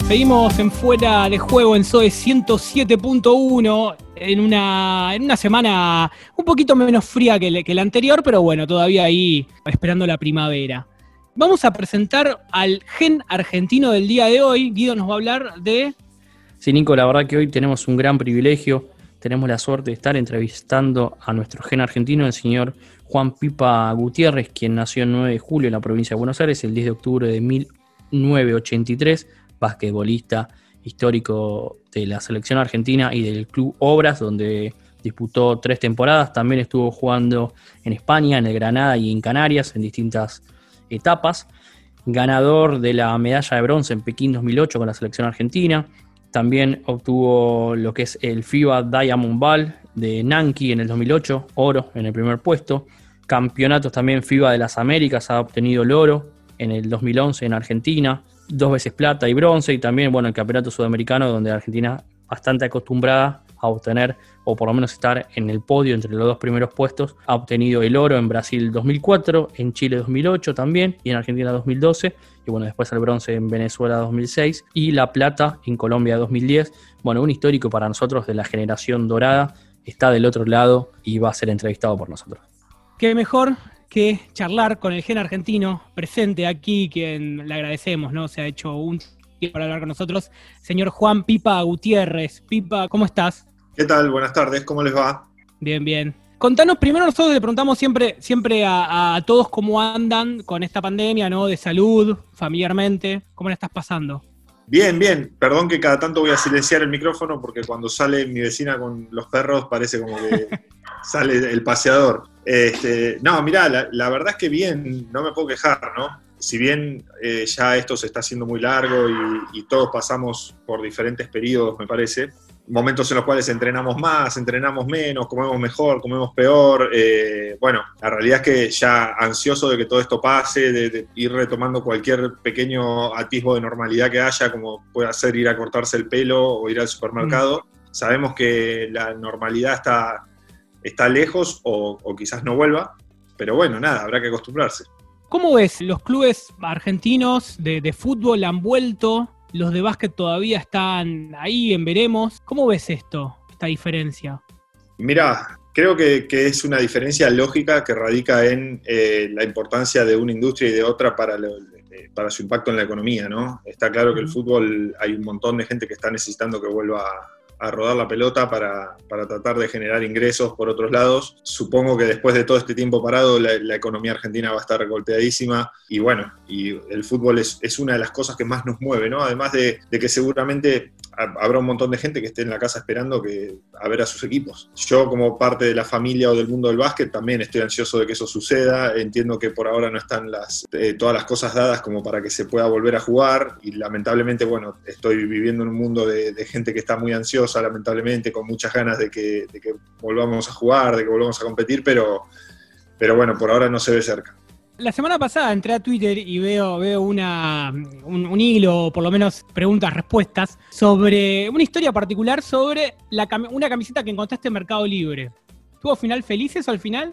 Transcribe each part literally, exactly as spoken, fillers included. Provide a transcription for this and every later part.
Seguimos en Fuera de Juego en SOE ciento siete punto uno en una, en una semana un poquito menos fría que, le, que la anterior, pero bueno, todavía ahí esperando la primavera. Vamos a presentar al gen argentino del día de hoy. Guido nos va a hablar de... Sí, Nico, la verdad que hoy tenemos un gran privilegio. Tenemos la suerte de estar entrevistando a nuestro gen argentino, el señor Juan Pipa Gutiérrez, quien nació el nueve de julio en la provincia de Buenos Aires, el diez de octubre de mil novecientos ochenta y tres, basquetbolista histórico de la selección argentina y del Club Obras, donde disputó tres temporadas. También estuvo jugando en España, en el Granada y en Canarias, en distintas etapas. Ganador de la medalla de bronce en Pekín dos mil ocho con la selección argentina. También obtuvo lo que es el FIBA Diamond Ball de Nanqui en el dos mil ocho, oro en el primer puesto. Campeonatos también FIBA de las Américas, ha obtenido el oro en el dos mil once en Argentina, dos veces plata y bronce, y también bueno, el campeonato sudamericano, donde Argentina bastante acostumbrada a obtener, o por lo menos estar en el podio entre los dos primeros puestos. Ha obtenido el oro en Brasil dos mil cuatro, en Chile dos mil ocho también, y en Argentina dos mil doce, y bueno, después el bronce en Venezuela dos mil seis, y la plata en Colombia dos mil diez. Bueno, un histórico para nosotros de la generación dorada, está del otro lado y va a ser entrevistado por nosotros. ¿Qué mejor que charlar con el gen argentino presente aquí, quien le agradecemos, ¿no? Se ha hecho un tiempo para hablar con nosotros, señor Juan Pipa Gutiérrez. Pipa, ¿cómo estás? ¿Qué tal? Buenas tardes, ¿cómo les va? Bien, bien. Contanos, primero nosotros le preguntamos siempre, siempre a, a todos cómo andan con esta pandemia, ¿no? De salud, familiarmente, ¿cómo la estás pasando? Bien, bien. Perdón que cada tanto voy a silenciar el micrófono porque cuando sale mi vecina con los perros parece como que sale el paseador. Este, no, mirá, la, la verdad es que bien, no me puedo quejar, ¿no? Si bien eh, ya esto se está haciendo muy largo y, y todos pasamos por diferentes periodos, me parece, momentos en los cuales entrenamos más, entrenamos menos, comemos mejor, comemos peor. Eh, bueno, la realidad es que ya ansioso de que todo esto pase, de, de ir retomando cualquier pequeño atisbo de normalidad que haya, como pueda ser ir a cortarse el pelo o ir al supermercado. Mm. Sabemos que la normalidad está, está lejos o, o quizás no vuelva, pero bueno, nada, habrá que acostumbrarse. ¿Cómo ves? Los clubes argentinos de, de fútbol han vuelto, los de básquet todavía están ahí en veremos. ¿Cómo ves esto, esta diferencia? Mirá, creo que, que es una diferencia lógica que radica en eh, la importancia de una industria y de otra para, lo, eh, para su impacto en la economía, ¿no? Está claro que el fútbol, hay un montón de gente que está necesitando que vuelva a, a rodar la pelota para, para tratar de generar ingresos por otros lados. Supongo que después de todo este tiempo parado la, la economía argentina va a estar golpeadísima y bueno, y el fútbol es, es una de las cosas que más nos mueve, ¿no? Además de, de que seguramente habrá un montón de gente que esté en la casa esperando que, a ver a sus equipos. Yo, como parte de la familia o del mundo del básquet, también estoy ansioso de que eso suceda. Entiendo que por ahora no están las, eh, todas las cosas dadas como para que se pueda volver a jugar y lamentablemente, bueno, estoy viviendo en un mundo de, de gente que está muy ansiosa, lamentablemente, con muchas ganas de que, de que volvamos a jugar, de que volvamos a competir, pero, pero bueno, por ahora no se ve cerca. La semana pasada entré a Twitter y veo, veo una, un, un hilo, o por lo menos preguntas-respuestas, sobre una historia particular sobre la, una camiseta que encontraste en Mercado Libre. ¿Tuvo final feliz eso al final?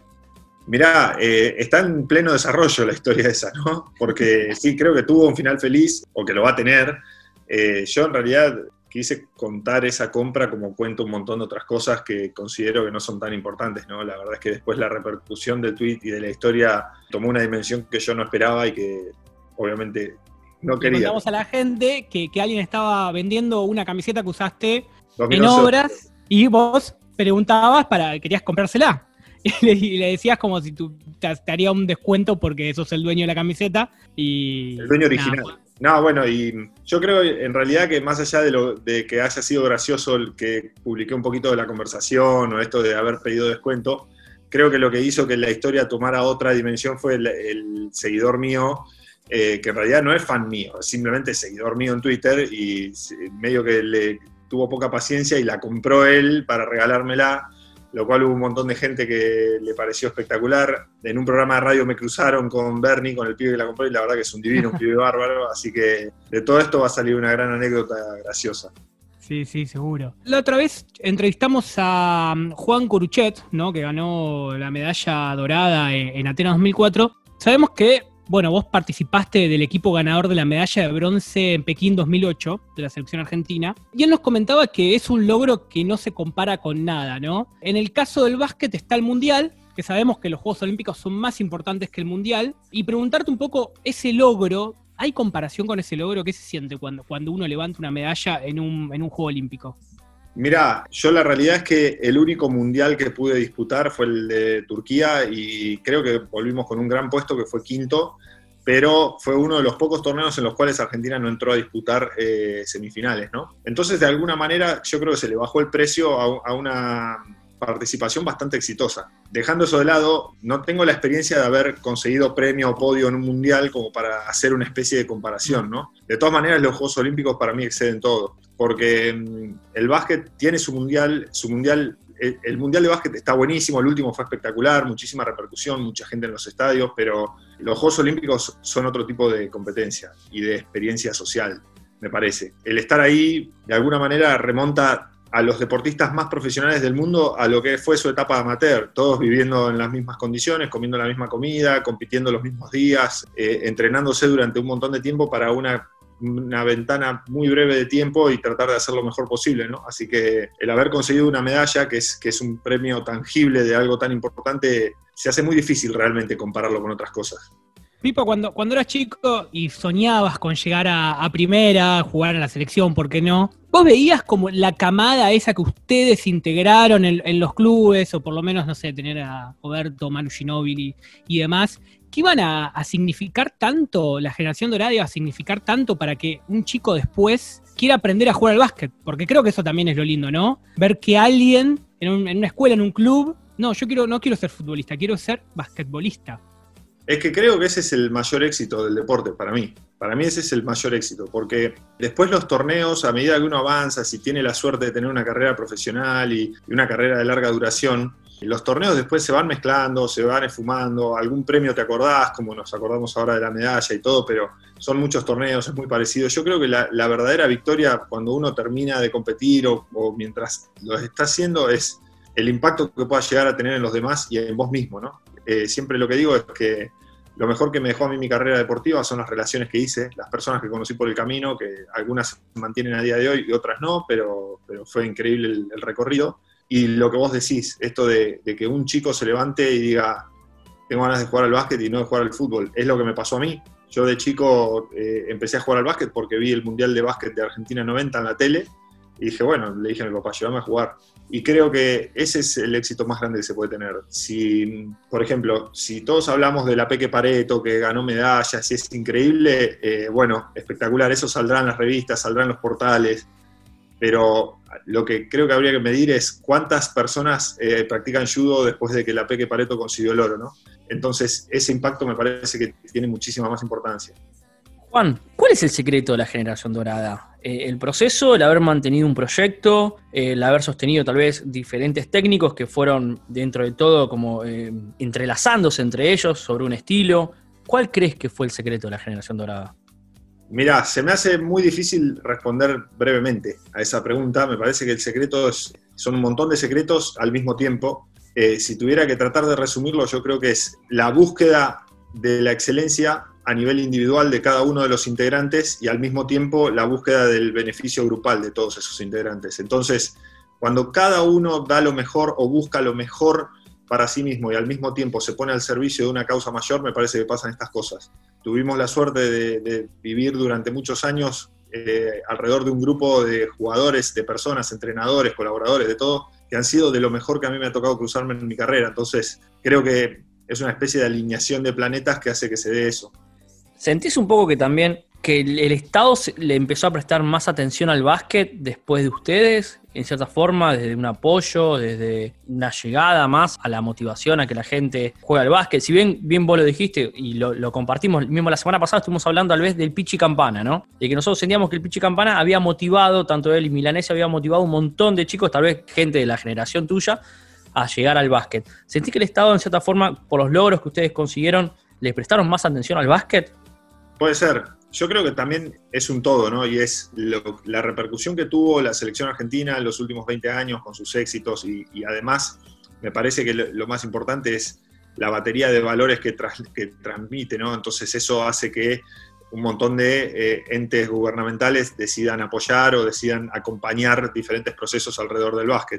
Mirá, eh, está en pleno desarrollo la historia esa, ¿no? Porque sí, creo que tuvo un final feliz, o que lo va a tener. Eh, yo en realidad quise contar esa compra como cuento un montón de otras cosas que considero que no son tan importantes, ¿no? La verdad es que después la repercusión del tweet y de la historia tomó una dimensión que yo no esperaba y que obviamente no quería. Le contamos a la gente que, que alguien estaba vendiendo una camiseta que usaste en Obras y vos preguntabas para, querías comprársela. Y le, y le decías como si tú te, te haría un descuento porque sos el dueño de la camiseta. Y el dueño original. Nada. No, bueno, y yo creo en realidad que más allá de, lo, de que haya sido gracioso el que publiqué un poquito de la conversación o esto de haber pedido descuento, creo que lo que hizo que la historia tomara otra dimensión fue el, el seguidor mío, eh, que en realidad no es fan mío, es simplemente seguidor mío en Twitter y medio que le tuvo poca paciencia y la compró él para regalármela, lo cual hubo un montón de gente que le pareció espectacular. En un programa de radio me cruzaron con Bernie, con el pibe que la compró, y la verdad que es un divino, un pibe bárbaro, así que de todo esto va a salir una gran anécdota graciosa. Sí, sí, seguro. La otra vez entrevistamos a Juan Curuchet, ¿no? Que ganó la medalla dorada en Atenas dos mil cuatro. Sabemos que bueno, vos participaste del equipo ganador de la medalla de bronce en Pekín dos mil ocho, de la selección argentina, y él nos comentaba que es un logro que no se compara con nada, ¿no? En el caso del básquet está el Mundial, que sabemos que los Juegos Olímpicos son más importantes que el Mundial, y preguntarte un poco, ese logro, ¿hay comparación con ese logro? ¿Qué se siente cuando, cuando uno levanta una medalla en un, en un Juego Olímpico? Mirá, yo la realidad es que el único mundial que pude disputar fue el de Turquía y creo que volvimos con un gran puesto que fue quinto, pero fue uno de los pocos torneos en los cuales Argentina no entró a disputar eh, semifinales, ¿no? Entonces, de alguna manera, yo creo que se le bajó el precio a, a una participación bastante exitosa. Dejando eso de lado, no tengo la experiencia de haber conseguido premio o podio en un mundial como para hacer una especie de comparación, ¿no? De todas maneras, los Juegos Olímpicos para mí exceden todo, porque mmm, el básquet tiene su mundial, su mundial, el, el mundial de básquet está buenísimo, el último fue espectacular, muchísima repercusión, mucha gente en los estadios, pero los Juegos Olímpicos son otro tipo de competencia y de experiencia social, me parece. El estar ahí, de alguna manera, remonta a los deportistas más profesionales del mundo a lo que fue su etapa amateur, todos viviendo en las mismas condiciones, comiendo la misma comida, compitiendo los mismos días, eh, entrenándose durante un montón de tiempo para una, una ventana muy breve de tiempo y tratar de hacer lo mejor posible, ¿no? Así que el haber conseguido una medalla, que es, que es un premio tangible de algo tan importante, se hace muy difícil realmente compararlo con otras cosas. Pipa, cuando, cuando eras chico y soñabas con llegar a, a primera, jugar en la selección, ¿por qué no? ¿Vos veías como la camada esa que ustedes integraron en, en los clubes, o por lo menos, no sé, tener a Roberto, Manu Ginóbili y demás, que iban a, a significar tanto, la generación dorada iba a significar tanto para que un chico después quiera aprender a jugar al básquet? Porque creo que eso también es lo lindo, ¿no? Ver que alguien en, un, en una escuela, en un club, no, yo quiero, no quiero ser futbolista, quiero ser basquetbolista. Es que creo que ese es el mayor éxito del deporte para mí. Para mí ese es el mayor éxito, porque después los torneos, a medida que uno avanza, si tiene la suerte de tener una carrera profesional y, y una carrera de larga duración, los torneos después se van mezclando, se van esfumando, algún premio te acordás, como nos acordamos ahora de la medalla y todo, pero son muchos torneos, es muy parecido. Yo creo que la, la verdadera victoria cuando uno termina de competir o, o mientras lo está haciendo es el impacto que pueda llegar a tener en los demás y en vos mismo, ¿no? Eh, siempre lo que digo es que lo mejor que me dejó a mí mi carrera deportiva son las relaciones que hice, las personas que conocí por el camino, que algunas se mantienen a día de hoy y otras no, pero, pero fue increíble el, el recorrido. Y lo que vos decís, esto de, de que un chico se levante y diga, tengo ganas de jugar al básquet y no de jugar al fútbol, es lo que me pasó a mí. Yo de chico eh, empecé a jugar al básquet porque vi el Mundial de Básquet de Argentina noventa en la tele, y dije, bueno, le dije a mi papá, llévame a jugar. Y creo que ese es el éxito más grande que se puede tener. Si, por ejemplo, si todos hablamos de la Peque Pareto, que ganó medallas y es increíble, eh, bueno, espectacular, eso saldrá en las revistas, saldrá en los portales, pero lo que creo que habría que medir es cuántas personas eh, practican judo después de que la Peque Pareto consiguió el oro, ¿no? Entonces, ese impacto me parece que tiene muchísima más importancia. Juan, ¿cuál es el secreto de la generación dorada? Eh, ¿El proceso, el haber mantenido un proyecto, eh, el haber sostenido tal vez diferentes técnicos que fueron dentro de todo como eh, entrelazándose entre ellos sobre un estilo? ¿Cuál crees que fue el secreto de la generación dorada? Mirá, se me hace muy difícil responder brevemente a esa pregunta. Me parece que el secreto es, son un montón de secretos al mismo tiempo. Eh, si tuviera que tratar de resumirlo, yo creo que es la búsqueda de la excelencia a nivel individual de cada uno de los integrantes y al mismo tiempo la búsqueda del beneficio grupal de todos esos integrantes. Entonces, cuando cada uno da lo mejor o busca lo mejor para sí mismo y al mismo tiempo se pone al servicio de una causa mayor, me parece que pasan estas cosas. Tuvimos la suerte de, de vivir durante muchos años eh, alrededor de un grupo de jugadores, de personas, entrenadores, colaboradores, de todo, que han sido de lo mejor que a mí me ha tocado cruzarme en mi carrera. Entonces, creo que es una especie de alineación de planetas que hace que se dé eso. ¿Sentís un poco que también que el, el Estado se, le empezó a prestar más atención al básquet después de ustedes, en cierta forma, desde un apoyo, desde una llegada más a la motivación a que la gente juegue al básquet? Si bien, bien vos lo dijiste y lo, lo compartimos, mismo la semana pasada estuvimos hablando tal vez del Pichi Campana, ¿no? De que nosotros sentíamos que el Pichi Campana había motivado, tanto él y Milanese había motivado un montón de chicos, tal vez gente de la generación tuya, a llegar al básquet. ¿Sentís que el Estado, en cierta forma, por los logros que ustedes consiguieron, les prestaron más atención al básquet? Puede ser. Yo creo que también es un todo, ¿no? Y es lo, la repercusión que tuvo la selección argentina en los últimos veinte años con sus éxitos y, y además me parece que lo, lo más importante es la batería de valores que, tras, que transmite, ¿no? Entonces eso hace que un montón de eh, entes gubernamentales decidan apoyar o decidan acompañar diferentes procesos alrededor del básquet.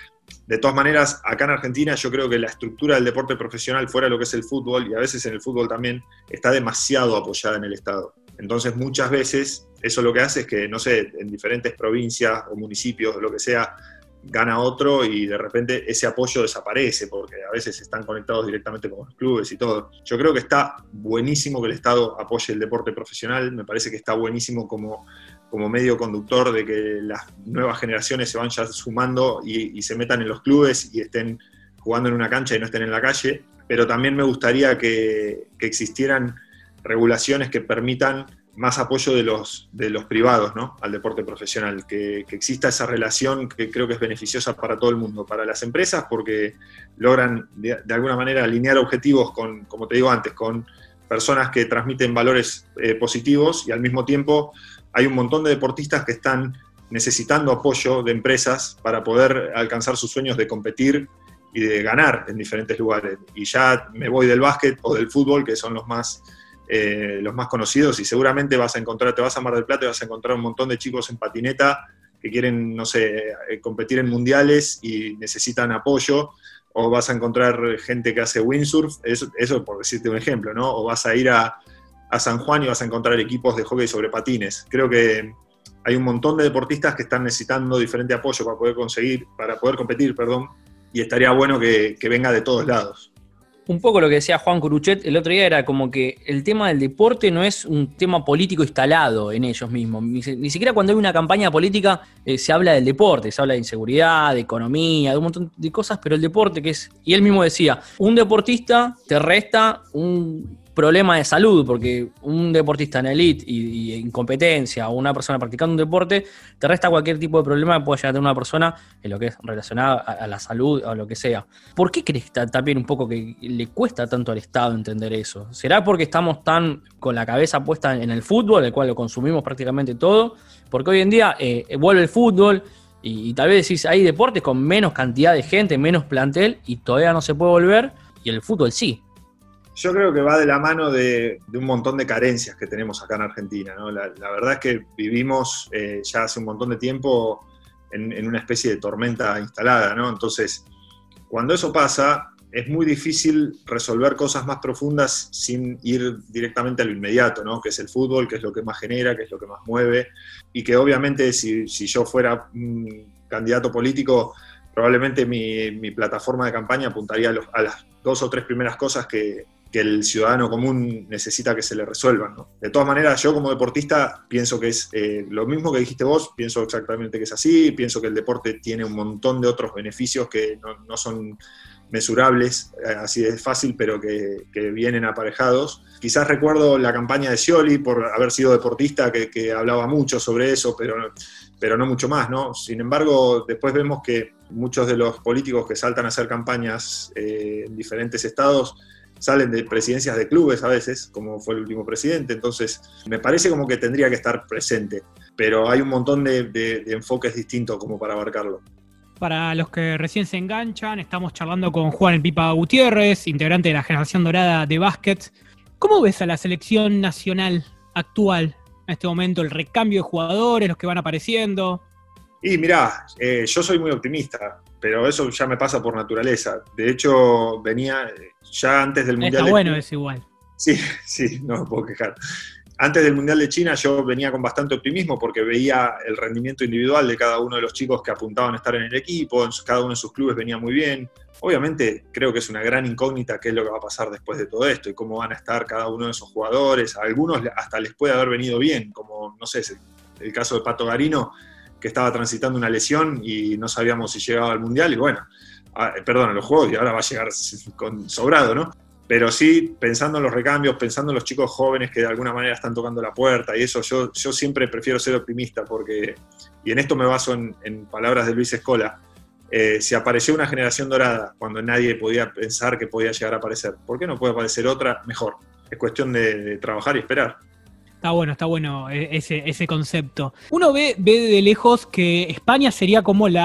De todas maneras, acá en Argentina yo creo que la estructura del deporte profesional, fuera de lo que es el fútbol, y a veces en el fútbol también, está demasiado apoyada en el Estado. Entonces muchas veces eso lo que hace es que, no sé, en diferentes provincias o municipios, lo que sea, gana otro y de repente ese apoyo desaparece, porque a veces están conectados directamente con los clubes y todo. Yo creo que está buenísimo que el Estado apoye el deporte profesional, me parece que está buenísimo como, como medio conductor de que las nuevas generaciones se van ya sumando y, y se metan en los clubes y estén jugando en una cancha y no estén en la calle, pero también me gustaría que, que existieran regulaciones que permitan más apoyo de los, de los privados, ¿no?, al deporte profesional, que, que exista esa relación que creo que es beneficiosa para todo el mundo, para las empresas porque logran de, de alguna manera alinear objetivos con, como te digo antes, con personas que transmiten valores eh, positivos, y al mismo tiempo hay un montón de deportistas que están necesitando apoyo de empresas para poder alcanzar sus sueños de competir y de ganar en diferentes lugares. Y ya me voy del básquet o del fútbol, que son los más Eh, los más conocidos, y seguramente vas a encontrar, te vas a Mar del Plata y vas a encontrar un montón de chicos en patineta que quieren, no sé, competir en mundiales y necesitan apoyo, o vas a encontrar gente que hace windsurf, eso, eso por decirte un ejemplo, ¿no? O vas a ir a, a San Juan y vas a encontrar equipos de hockey sobre patines. Creo que hay un montón de deportistas que están necesitando diferente apoyo para poder conseguir, para poder competir, perdón, y estaría bueno que, que venga de todos lados. Un poco lo que decía Juan Curuchet el otro día era como que el tema del deporte no es un tema político instalado en ellos mismos. Ni, ni siquiera cuando hay una campaña política eh, se habla del deporte, se habla de inseguridad, de economía, de un montón de cosas, pero el deporte que es, y él mismo decía, un deportista te resta un problema de salud, porque un deportista en elite y, y incompetencia, o una persona practicando un deporte, te resta cualquier tipo de problema que pueda llegar a tener una persona en lo que es relacionado a, a la salud o lo que sea. ¿Por qué crees también un poco que le cuesta tanto al Estado entender eso? ¿Será porque estamos tan con la cabeza puesta en el fútbol, el cual lo consumimos prácticamente todo? Porque hoy en día eh, vuelve el fútbol y, y tal vez decís, hay deportes con menos cantidad de gente, menos plantel, y todavía no se puede volver, y el fútbol sí. Yo creo que va de la mano de, de un montón de carencias que tenemos acá en Argentina, ¿no? La, la verdad es que vivimos eh, ya hace un montón de tiempo en, en una especie de tormenta instalada, ¿no? Entonces, cuando eso pasa, es muy difícil resolver cosas más profundas sin ir directamente a lo inmediato, ¿no? Que es el fútbol, que es lo que más genera, que es lo que más mueve, y que obviamente si, si yo fuera un candidato político, probablemente mi, mi plataforma de campaña apuntaría a, los, a las dos o tres primeras cosas que, que el ciudadano común necesita que se le resuelvan, ¿no? De todas maneras, yo como deportista pienso que es eh, lo mismo que dijiste vos, pienso exactamente que es así, pienso que el deporte tiene un montón de otros beneficios que no, no son mesurables, eh, así de fácil, pero que, que vienen aparejados. Quizás recuerdo la campaña de Scioli por haber sido deportista, que, que hablaba mucho sobre eso, pero, pero no mucho más, ¿no? Sin embargo, después vemos que muchos de los políticos que saltan a hacer campañas eh, en diferentes estados salen de presidencias de clubes a veces, como fue el último presidente, entonces me parece como que tendría que estar presente, pero hay un montón de, de, de enfoques distintos como para abarcarlo. Para los que recién se enganchan, estamos charlando con Juan el Pipa Gutiérrez, integrante de la generación dorada de básquet. ¿Cómo ves a la selección nacional actual en este momento, el recambio de jugadores, los que van apareciendo? Y mirá, eh, yo soy muy optimista, pero eso ya me pasa por naturaleza. De hecho, venía ya antes del Mundial. Está bueno, de... es igual. Sí, sí, no me puedo quejar. Antes del Mundial de China yo venía con bastante optimismo porque veía el rendimiento individual de cada uno de los chicos que apuntaban a estar en el equipo, cada uno de sus clubes venía muy bien. Obviamente creo que es una gran incógnita qué es lo que va a pasar después de todo esto y cómo van a estar cada uno de esos jugadores. A algunos hasta les puede haber venido bien, como, no sé, el caso de Pato Garino, que estaba transitando una lesión y no sabíamos si llegaba al Mundial, y bueno, a, perdón, a los juegos, y ahora va a llegar con sobrado, ¿no? Pero sí, pensando en los recambios, pensando en los chicos jóvenes que de alguna manera están tocando la puerta y eso, yo, yo siempre prefiero ser optimista porque, y en esto me baso en, en palabras de Luis Escola, eh, si apareció una generación dorada cuando nadie podía pensar que podía llegar a aparecer, ¿por qué no puede aparecer otra mejor? Es cuestión de, de trabajar y esperar. Está bueno, está bueno ese, ese concepto. Uno ve, ve de lejos que España sería como la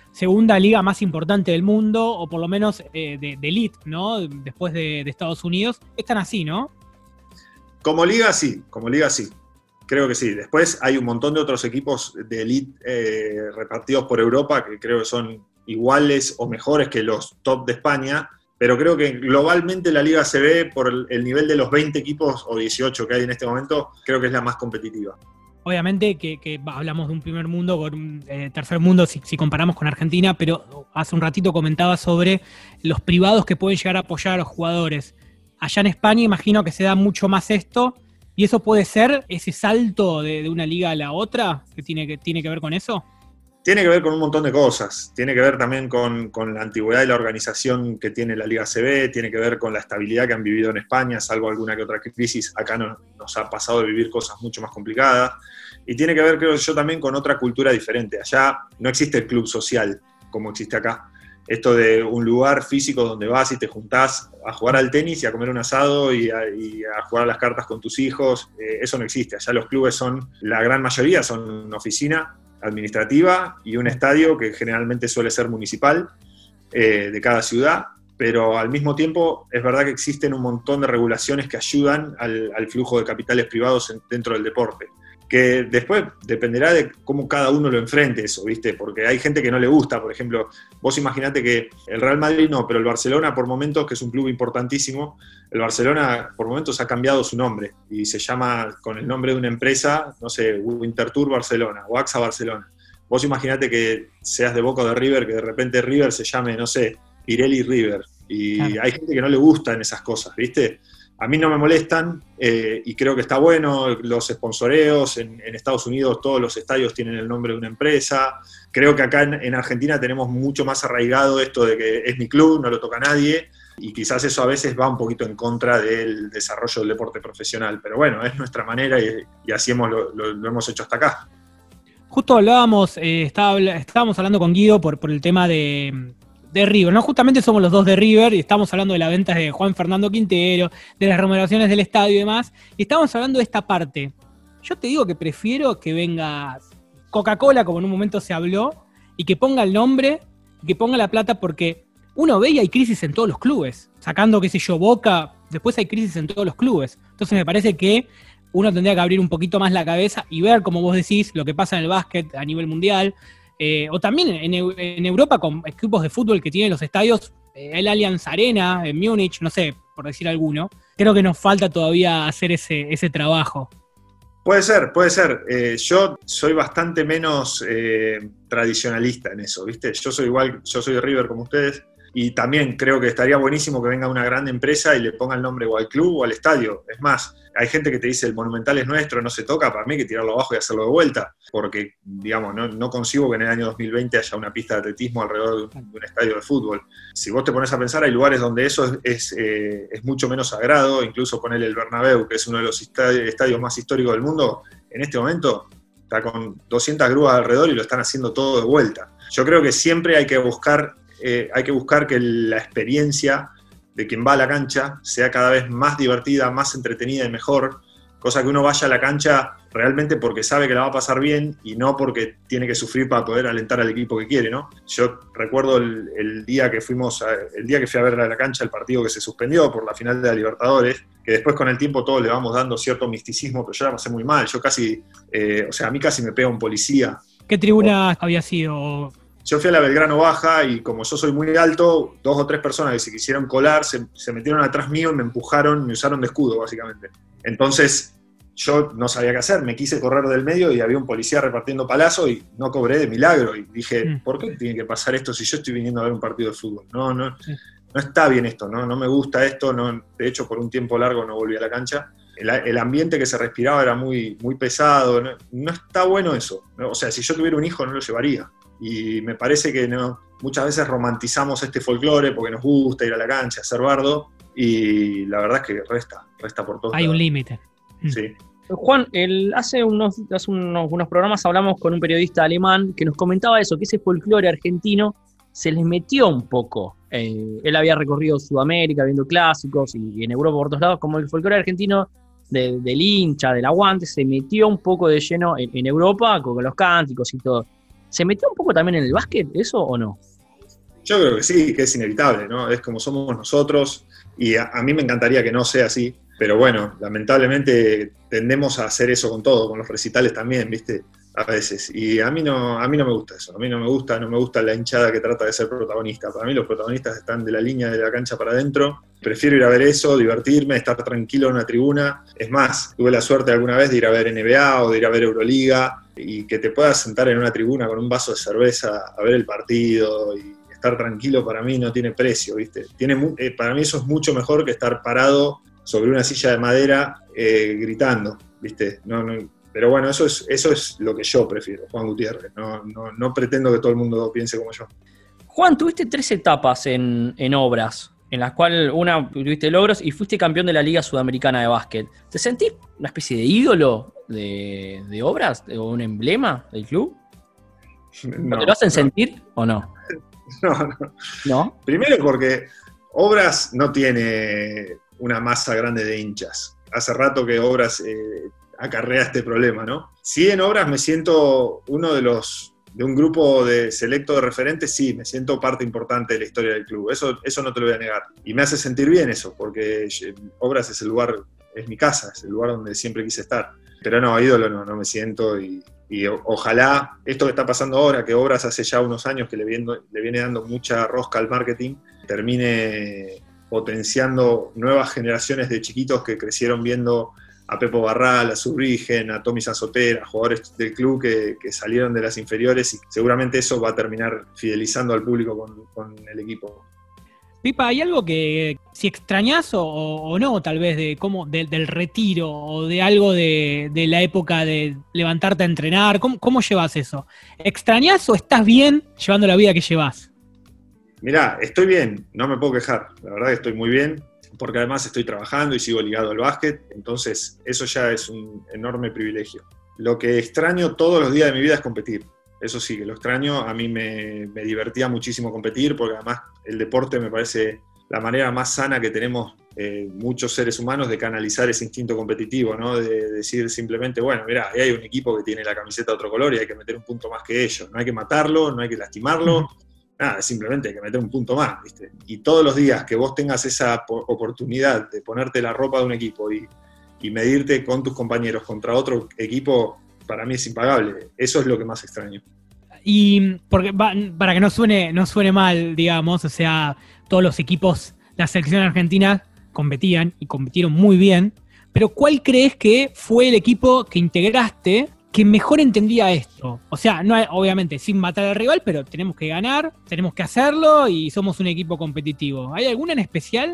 segunda liga más importante del mundo, o por lo menos eh, de, de elite, ¿no? Después de, de Estados Unidos. Están así, ¿no? Como liga sí, como liga sí. Creo que sí. Después hay un montón de otros equipos de elite eh, repartidos por Europa que creo que son iguales o mejores que los top de España, pero creo que globalmente la Liga A C B, por el, el nivel de los veinte equipos o dieciocho que hay en este momento, creo que es la más competitiva. Obviamente que, que hablamos de un primer mundo con un eh, tercer mundo si, si comparamos con Argentina, pero hace un ratito comentaba sobre los privados que pueden llegar a apoyar a los jugadores. Allá en España imagino que se da mucho más esto, y eso puede ser ese salto de, de una liga a la otra, que tiene que, tiene que ver con eso. Tiene que ver con un montón de cosas, tiene que ver también con, con la antigüedad y la organización que tiene la Liga A C B, tiene que ver con la estabilidad que han vivido en España, salvo alguna que otra crisis, acá no, nos ha pasado de vivir cosas mucho más complicadas, y tiene que ver, creo yo, también con otra cultura diferente. Allá no existe el club social como existe acá, esto de un lugar físico donde vas y te juntás a jugar al tenis y a comer un asado y a, y a jugar a las cartas con tus hijos, eh, eso no existe. Allá los clubes son, la gran mayoría son una oficina administrativa y un estadio que generalmente suele ser municipal eh, de cada ciudad, pero al mismo tiempo es verdad que existen un montón de regulaciones que ayudan al, al flujo de capitales privados en, dentro del deporte, que después dependerá de cómo cada uno lo enfrente eso, ¿viste? Porque hay gente que no le gusta, por ejemplo, vos imaginate que el Real Madrid no, pero el Barcelona por momentos, que es un club importantísimo, el Barcelona por momentos ha cambiado su nombre y se llama con el nombre de una empresa, no sé, Winterthur Barcelona o AXA Barcelona. Vos imaginate que seas de Boca o de River, que de repente River se llame, no sé, Pirelli River, y claro, hay gente que no le gustan esas cosas, ¿viste? A mí no me molestan eh, y creo que está bueno los sponsoreos. En, en Estados Unidos todos los estadios tienen el nombre de una empresa. Creo que acá en, en Argentina tenemos mucho más arraigado esto de que es mi club, no lo toca nadie, y quizás eso a veces va un poquito en contra del desarrollo del deporte profesional. Pero bueno, es nuestra manera y, y así hemos, lo, lo, lo hemos hecho hasta acá. Justo hablábamos, eh, estaba, estábamos hablando con Guido por, por el tema de... de River, ¿no? Justamente somos los dos de River y estamos hablando de la venta de Juan Fernando Quintero, de las remodelaciones del estadio y demás, y estamos hablando de esta parte. Yo te digo que prefiero que venga Coca-Cola, como en un momento se habló, y que ponga el nombre, y que ponga la plata, porque uno ve y hay crisis en todos los clubes, sacando, qué sé yo, Boca, después hay crisis en todos los clubes. Entonces me parece que uno tendría que abrir un poquito más la cabeza y ver, como vos decís, lo que pasa en el básquet a nivel mundial. Eh, o también en, en Europa con equipos de fútbol que tienen los estadios, eh, el Allianz Arena, en Múnich, no sé, por decir alguno. Creo que nos falta todavía hacer ese, ese trabajo. Puede ser, puede ser. Eh, yo soy bastante menos eh, tradicionalista en eso, ¿viste? Yo soy igual, yo soy de River como ustedes, y también creo que estaría buenísimo que venga una gran empresa y le ponga el nombre o al club o al estadio. Es más, hay gente que te dice el Monumental es nuestro, no se toca, para mí hay que tirarlo abajo y hacerlo de vuelta, porque, digamos, no, no concibo que en el año dos mil veinte haya una pista de atletismo alrededor de un, de un estadio de fútbol. Si vos te pones a pensar, hay lugares donde eso es, es, eh, es mucho menos sagrado, incluso poner el Bernabéu, que es uno de los estadios más históricos del mundo, en este momento está con doscientas grúas alrededor y lo están haciendo todo de vuelta. Yo creo que siempre hay que buscar, eh, hay que buscar que la experiencia de quien va a la cancha sea cada vez más divertida, más entretenida y mejor, cosa que uno vaya a la cancha realmente porque sabe que la va a pasar bien y no porque tiene que sufrir para poder alentar al equipo que quiere, ¿no? Yo recuerdo el, el día que fuimos, a, el día que fui a ver a la cancha el partido que se suspendió por la final de la Libertadores, que después con el tiempo todos le vamos dando cierto misticismo, pero yo la pasé muy mal, yo casi, eh, o sea, a mí casi me pega un policía. ¿Qué tribuna o, había sido? Yo fui a la Belgrano Baja y como yo soy muy alto, dos o tres personas que se quisieron colar se, se metieron atrás mío y me empujaron, me usaron de escudo básicamente. Entonces yo no sabía qué hacer, me quise correr del medio y había un policía repartiendo palazo y no cobré de milagro. Y dije, mm. ¿por qué tiene que pasar esto si yo estoy viniendo a ver un partido de fútbol? No, no, sí. no está bien esto, no, no me gusta esto. No, de hecho, por un tiempo largo no volví a la cancha. El, el ambiente que se respiraba era muy, muy pesado. No, no está bueno eso. O sea, si yo tuviera un hijo no lo llevaría. Y me parece que no, muchas veces romantizamos este folclore porque nos gusta ir a la cancha, hacer bardo, y la verdad es que resta, resta por todos. Hay un límite. Sí. Juan, el, hace, unos, hace unos, unos programas hablamos con un periodista alemán que nos comentaba eso, que ese folclore argentino se les metió un poco. Eh, él había recorrido Sudamérica viendo clásicos y, y en Europa por otros lados, como el folclore argentino de, del hincha, del aguante, se metió un poco de lleno en, en Europa con los cánticos y todo. ¿Se metió un poco también en el básquet eso o no? Yo creo que sí, que es inevitable, ¿no? Es como somos nosotros y a, a mí me encantaría que no sea así, pero bueno, lamentablemente tendemos a hacer eso con todo, con los recitales también, ¿viste? A veces. Y a mí no, a mí no me gusta eso, a mí no me gusta, no me gusta la hinchada que trata de ser protagonista. Para mí los protagonistas están de la línea de la cancha para adentro. Prefiero ir a ver eso, divertirme, estar tranquilo en una tribuna. Es más, tuve la suerte alguna vez de ir a ver N B A o de ir a ver Euroliga y que te puedas sentar en una tribuna con un vaso de cerveza a ver el partido y estar tranquilo para mí no tiene precio, ¿viste? Tiene, eh, para mí eso es mucho mejor que estar parado sobre una silla de madera eh, gritando, ¿viste? No, no, pero bueno, eso es, eso es lo que yo prefiero, Juan Gutiérrez. No, no, no pretendo que todo el mundo piense como yo. Juan, tuviste tres etapas en, en Obras, en las cuales una tuviste logros y fuiste campeón de la Liga Sudamericana de Básquet. ¿Te sentís una especie de ídolo de, de Obras o un emblema del club? No, ¿te lo hacen no. sentir o no? No, no. ¿No? Primero porque Obras no tiene una masa grande de hinchas. Hace rato que Obras eh, acarrea este problema, ¿no? Sí, en Obras me siento uno de los de un grupo de selecto de referentes, sí, me siento parte importante de la historia del club. Eso, eso no te lo voy a negar. Y me hace sentir bien eso, porque Obras es el lugar, es mi casa, es el lugar donde siempre quise estar. Pero no, ídolo no, no me siento y, y ojalá esto que está pasando ahora, que Obras hace ya unos años que le viene, le viene dando mucha rosca al marketing, termine potenciando nuevas generaciones de chiquitos que crecieron viendo a Pepo Barral, a Subrigen, a Tommy Sanzotera, jugadores del club que, que salieron de las inferiores y seguramente eso va a terminar fidelizando al público con, con el equipo. Pipa, ¿hay algo que si extrañás o, o no, tal vez, de cómo de, del retiro o de algo de, de la época de levantarte a entrenar? ¿Cómo, cómo llevas eso? ¿Extrañás o estás bien llevando la vida que llevas? Mirá, estoy bien, no me puedo quejar, la verdad que estoy muy bien, porque además estoy trabajando y sigo ligado al básquet, entonces eso ya es un enorme privilegio. Lo que extraño todos los días de mi vida es competir. Eso sí, que lo extraño, a mí me, me divertía muchísimo competir, porque además el deporte me parece la manera más sana que tenemos eh, muchos seres humanos de canalizar ese instinto competitivo, ¿no? De decir simplemente, bueno, mirá, ahí hay un equipo que tiene la camiseta de otro color y hay que meter un punto más que ellos. No hay que matarlo, no hay que lastimarlo, nada, simplemente hay que meter un punto más, ¿viste? Y todos los días que vos tengas esa oportunidad de ponerte la ropa de un equipo y, y medirte con tus compañeros contra otro equipo, para mí es impagable. Eso es lo que más extraño. Y porque para que no suene, no suene mal, digamos, o sea, todos los equipos, la selección argentina competían y compitieron muy bien, pero ¿cuál crees que fue el equipo que integraste que mejor entendía esto? O sea, no, obviamente sin matar al rival, pero tenemos que ganar, tenemos que hacerlo y somos un equipo competitivo. ¿Hay alguna en especial?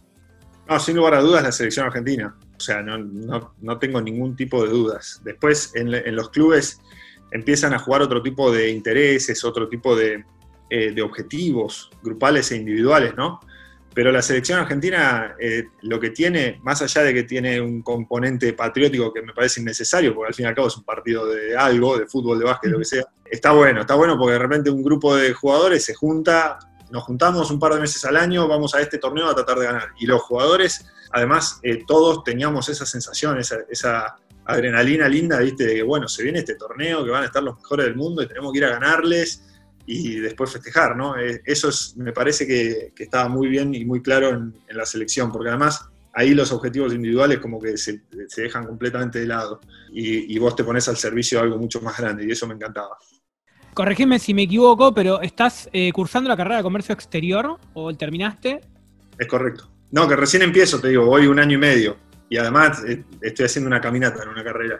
No, sin lugar a dudas la selección argentina. O sea, no, no, no tengo ningún tipo de dudas. Después, en, en los clubes empiezan a jugar otro tipo de intereses, otro tipo de, eh, de objetivos grupales e individuales, ¿no? Pero la selección argentina eh, lo que tiene, más allá de que tiene un componente patriótico que me parece innecesario, porque al fin y al cabo es un partido de algo, de fútbol, de básquet, lo que sea, está bueno, está bueno porque de repente un grupo de jugadores se junta, nos juntamos un par de meses al año, vamos a este torneo a tratar de ganar. Y los jugadores, además, eh, todos teníamos esa sensación, esa, esa adrenalina linda, ¿viste? De que, bueno, se viene este torneo, que van a estar los mejores del mundo y tenemos que ir a ganarles y después festejar, ¿no? Eh, eso es, me parece que, que estaba muy bien y muy claro en, en la selección, porque además ahí los objetivos individuales como que se, se dejan completamente de lado y, y vos te pones al servicio de algo mucho más grande y eso me encantaba. Corregime si me equivoco, pero ¿estás eh, cursando la carrera de comercio exterior o terminaste? Es correcto. No, que recién empiezo, te digo, voy un año y medio. Y además eh, estoy haciendo una caminata en una carrera.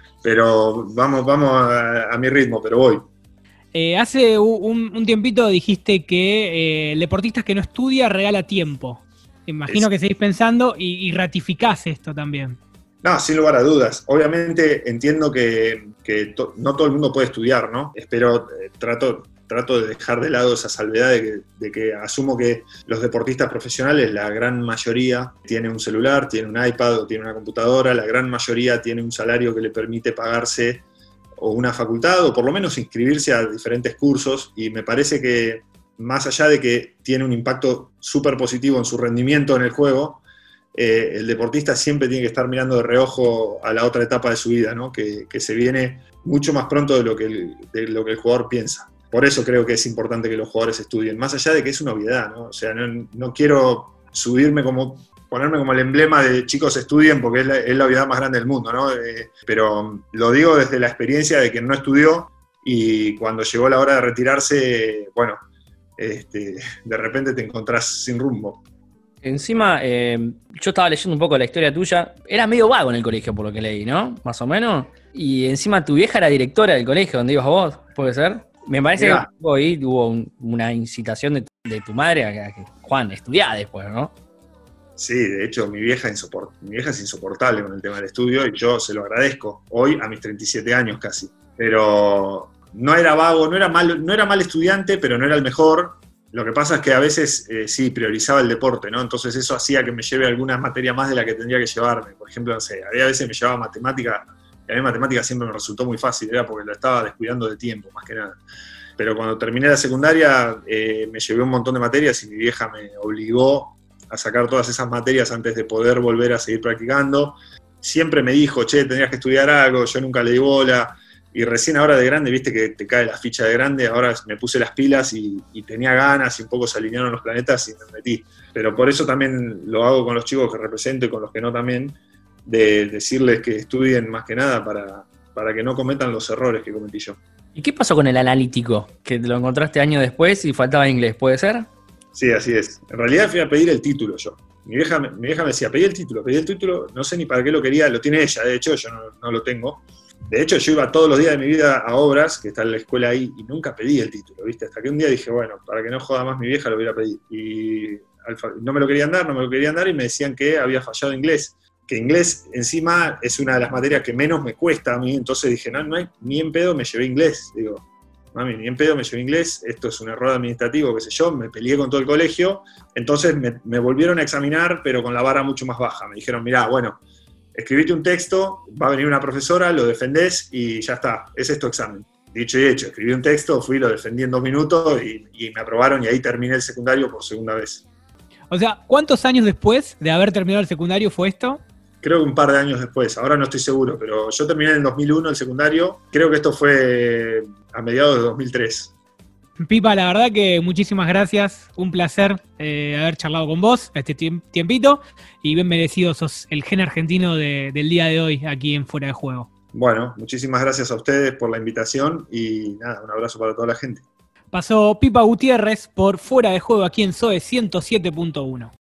Pero vamos, vamos a, a mi ritmo, pero voy. Eh, hace un, un tiempito dijiste que eh, el deportista que no estudia regala tiempo. Imagino es. que seguís pensando y, y ratificás esto también. No, sin lugar a dudas. Obviamente entiendo que, que to, no todo el mundo puede estudiar, ¿no? Espero, eh, trato, trato de dejar de lado esa salvedad de que, de que asumo que los deportistas profesionales, la gran mayoría, tiene un celular, tiene un iPad o tiene una computadora, la gran mayoría tiene un salario que le permite pagarse o una facultad o por lo menos inscribirse a diferentes cursos y me parece que más allá de que tiene un impacto súper positivo en su rendimiento en el juego, eh, el deportista siempre tiene que estar mirando de reojo a la otra etapa de su vida, ¿no? que, que se viene mucho más pronto de lo, que el, de lo que el jugador piensa. Por eso creo que es importante que los jugadores estudien, más allá de que es una obviedad, ¿no? O sea, no, no quiero subirme como, ponerme como el emblema de chicos estudien porque es la, es la obviedad más grande del mundo, ¿no? Eh, pero lo digo desde la experiencia de quien no estudió y cuando llegó la hora de retirarse, bueno, este, de repente te encontrás sin rumbo. Encima, eh, yo estaba leyendo un poco la historia tuya. Era medio vago en el colegio, por lo que leí, ¿no? Más o menos. Y encima tu vieja era directora del colegio donde ibas vos, ¿puede ser? Me parece Mirá. que ahí hubo un, una incitación de, de tu madre a que, a que Juan estudiá después, ¿no? Sí, de hecho mi vieja, insoport- mi vieja es insoportable con el tema del estudio y yo se lo agradezco hoy a mis treinta y siete años casi. Pero no era vago, no era mal, no era mal estudiante, pero no era el mejor. Lo que pasa es que a veces eh, sí priorizaba el deporte, ¿no? Entonces eso hacía que me lleve algunas materias más de la que tendría que llevarme. Por ejemplo, no sé, había veces me llevaba matemática, y a mí matemática siempre me resultó muy fácil, era porque lo estaba descuidando de tiempo, más que nada. Pero cuando terminé la secundaria eh, me llevé un montón de materias y mi vieja me obligó a sacar todas esas materias antes de poder volver a seguir practicando. Siempre me dijo, che, tendrías que estudiar algo, yo nunca le di bola. Y recién ahora de grande, viste que te cae la ficha de grande, ahora me puse las pilas y, y tenía ganas y un poco se alinearon los planetas y me metí. Pero por eso también lo hago con los chicos que represento y con los que no también, de decirles que estudien más que nada para, para que no cometan los errores que cometí yo. ¿Y qué pasó con el analítico? Que te lo encontraste años después y faltaba inglés, ¿puede ser? Sí, así es. En realidad fui a pedir el título yo. Mi vieja, mi vieja me decía, pedí el título, pedí el título, no sé ni para qué lo quería, lo tiene ella, de hecho yo no, no lo tengo. De hecho, yo iba todos los días de mi vida a Obras, que está en la escuela ahí, y nunca pedí el título, ¿viste? Hasta que un día dije, bueno, para que no joda más mi vieja, lo voy a pedir. Y no me lo querían dar, no me lo querían dar, y me decían que había fallado inglés. Que inglés, encima, es una de las materias que menos me cuesta a mí, entonces dije, no, no hay, ni en pedo me llevé inglés. Digo, mami, ni en pedo me llevé inglés, esto es un error administrativo, qué sé yo, me peleé con todo el colegio, entonces me, me volvieron a examinar, pero con la vara mucho más baja. Me dijeron, mirá, bueno, escribite un texto, va a venir una profesora, lo defendés y ya está, ese es tu examen. Dicho y hecho, escribí un texto, fui, lo defendí en dos minutos y, y me aprobaron y ahí terminé el secundario por segunda vez. O sea, ¿cuántos años después de haber terminado el secundario fue esto? Creo que un par de años después, ahora no estoy seguro, pero yo terminé en el dos mil uno el secundario, creo que esto fue a mediados de dos mil tres. Pipa, la verdad que muchísimas gracias, un placer eh, haber charlado con vos este tiempito y bien merecido, sos el gen argentino de, del día de hoy aquí en Fuera de Juego. Bueno, muchísimas gracias a ustedes por la invitación y nada, un abrazo para toda la gente. Pasó Pipa Gutiérrez por Fuera de Juego aquí en S O E ciento siete punto uno.